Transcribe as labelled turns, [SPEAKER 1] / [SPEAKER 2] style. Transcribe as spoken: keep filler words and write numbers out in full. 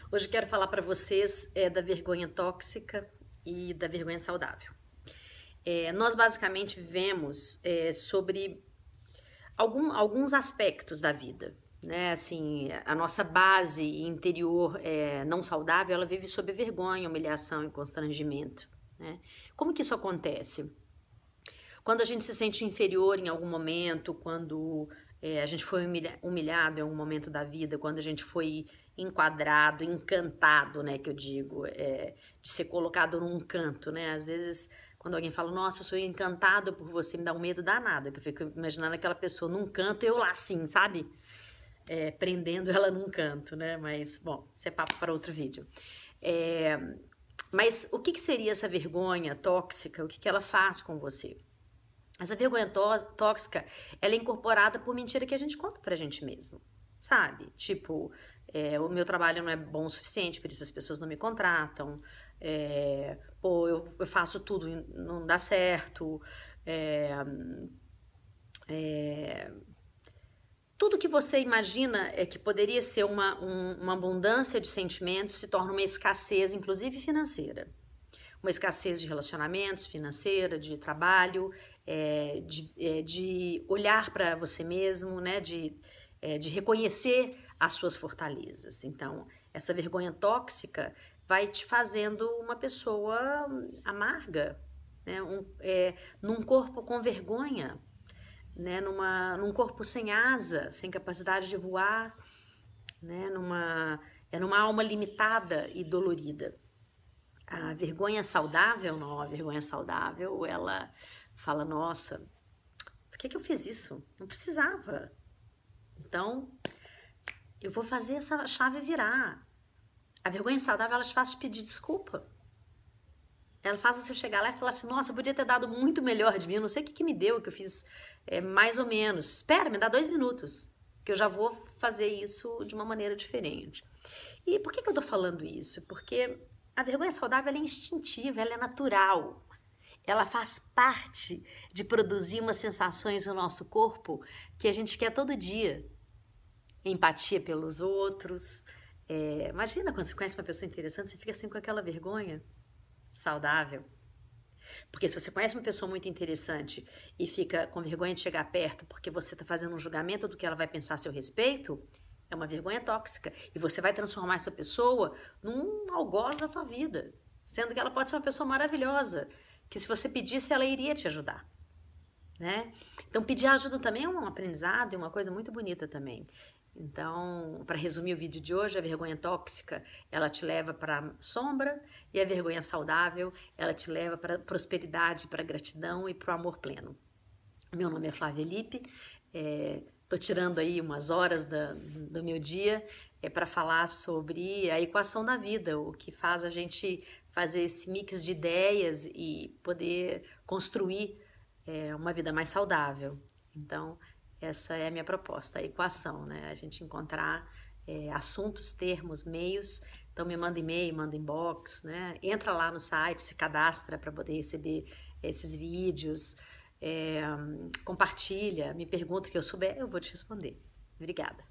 [SPEAKER 1] Hoje eu quero falar para vocês é, da vergonha tóxica e da vergonha saudável. É, nós basicamente vivemos é, sobre algum, alguns aspectos da vida, né? Assim, a nossa base interior é, não saudável, ela vive sob vergonha, humilhação e constrangimento, né? Como que isso acontece? Quando a gente se sente inferior em algum momento, quando é, a gente foi humilha- humilhado em algum momento da vida, quando a gente foi enquadrado, encantado, né, que eu digo, é, de ser colocado num canto, né? Às vezes, quando alguém fala, nossa, eu sou encantado por você, me dá um medo danado, que eu fico imaginando aquela pessoa num canto, eu lá assim, sabe? É, prendendo ela num canto, né? Mas, bom, isso é papo para outro vídeo. É, mas o que, que seria essa vergonha tóxica? O que, que ela faz com você? Essa vergonha tó- tóxica, ela é incorporada por mentira que a gente conta pra gente mesmo, sabe? Tipo, é, o meu trabalho não é bom o suficiente, por isso as pessoas não me contratam. É, pô, eu, eu faço tudo e não dá certo. É, tudo que você imagina é que poderia ser uma, um- uma abundância de sentimentos se torna uma escassez, inclusive financeira. Uma escassez de relacionamentos, financeira, de trabalho, é, de, é, de olhar para você mesmo, né? De, é, de reconhecer as suas fortalezas. Então, essa vergonha tóxica vai te fazendo uma pessoa amarga, né? Um, é, num corpo com vergonha, né? Numa, num corpo sem asa, sem capacidade de voar, né? Numa, é numa alma limitada e dolorida. A vergonha saudável, não, a vergonha saudável, ela fala, nossa, por que que eu fiz isso? Não precisava. Então, eu vou fazer essa chave virar. A vergonha saudável, ela te faz pedir desculpa. Ela faz você chegar lá e falar assim, nossa, eu podia ter dado muito melhor de mim, eu não sei o que que me deu, que eu fiz é, mais ou menos. Espera, me dá dois minutos, que eu já vou fazer isso de uma maneira diferente. E por que que eu tô falando isso? Porque a vergonha saudável, ela é instintiva, ela é natural. Ela faz parte de produzir umas sensações no nosso corpo que a gente quer todo dia. Empatia pelos outros. É, imagina quando você conhece uma pessoa interessante, você fica assim com aquela vergonha saudável. Porque se você conhece uma pessoa muito interessante e fica com vergonha de chegar perto porque você está fazendo um julgamento do que ela vai pensar a seu respeito, é uma vergonha tóxica. E você vai transformar essa pessoa num algoz da tua vida. Sendo que ela pode ser uma pessoa maravilhosa, que se você pedisse, ela iria te ajudar. Né? Então, pedir ajuda também é um aprendizado e uma coisa muito bonita também. Então, para resumir o vídeo de hoje, a vergonha tóxica, ela te leva para sombra e a vergonha saudável, ela te leva para prosperidade, para gratidão e para o amor pleno. Meu nome é Flávia Lippe, estou é, tirando aí umas horas da, do meu dia é, para falar sobre a equação da vida, o que faz a gente fazer esse mix de ideias e poder construir é, uma vida mais saudável. Então, essa é a minha proposta, a equação, né? A gente encontrar é, assuntos, termos, meios. Então, me manda e-mail, manda inbox, né? Entra lá no site, se cadastra para poder receber esses vídeos. É, compartilha, me pergunta o que eu souber, eu vou te responder. Obrigada.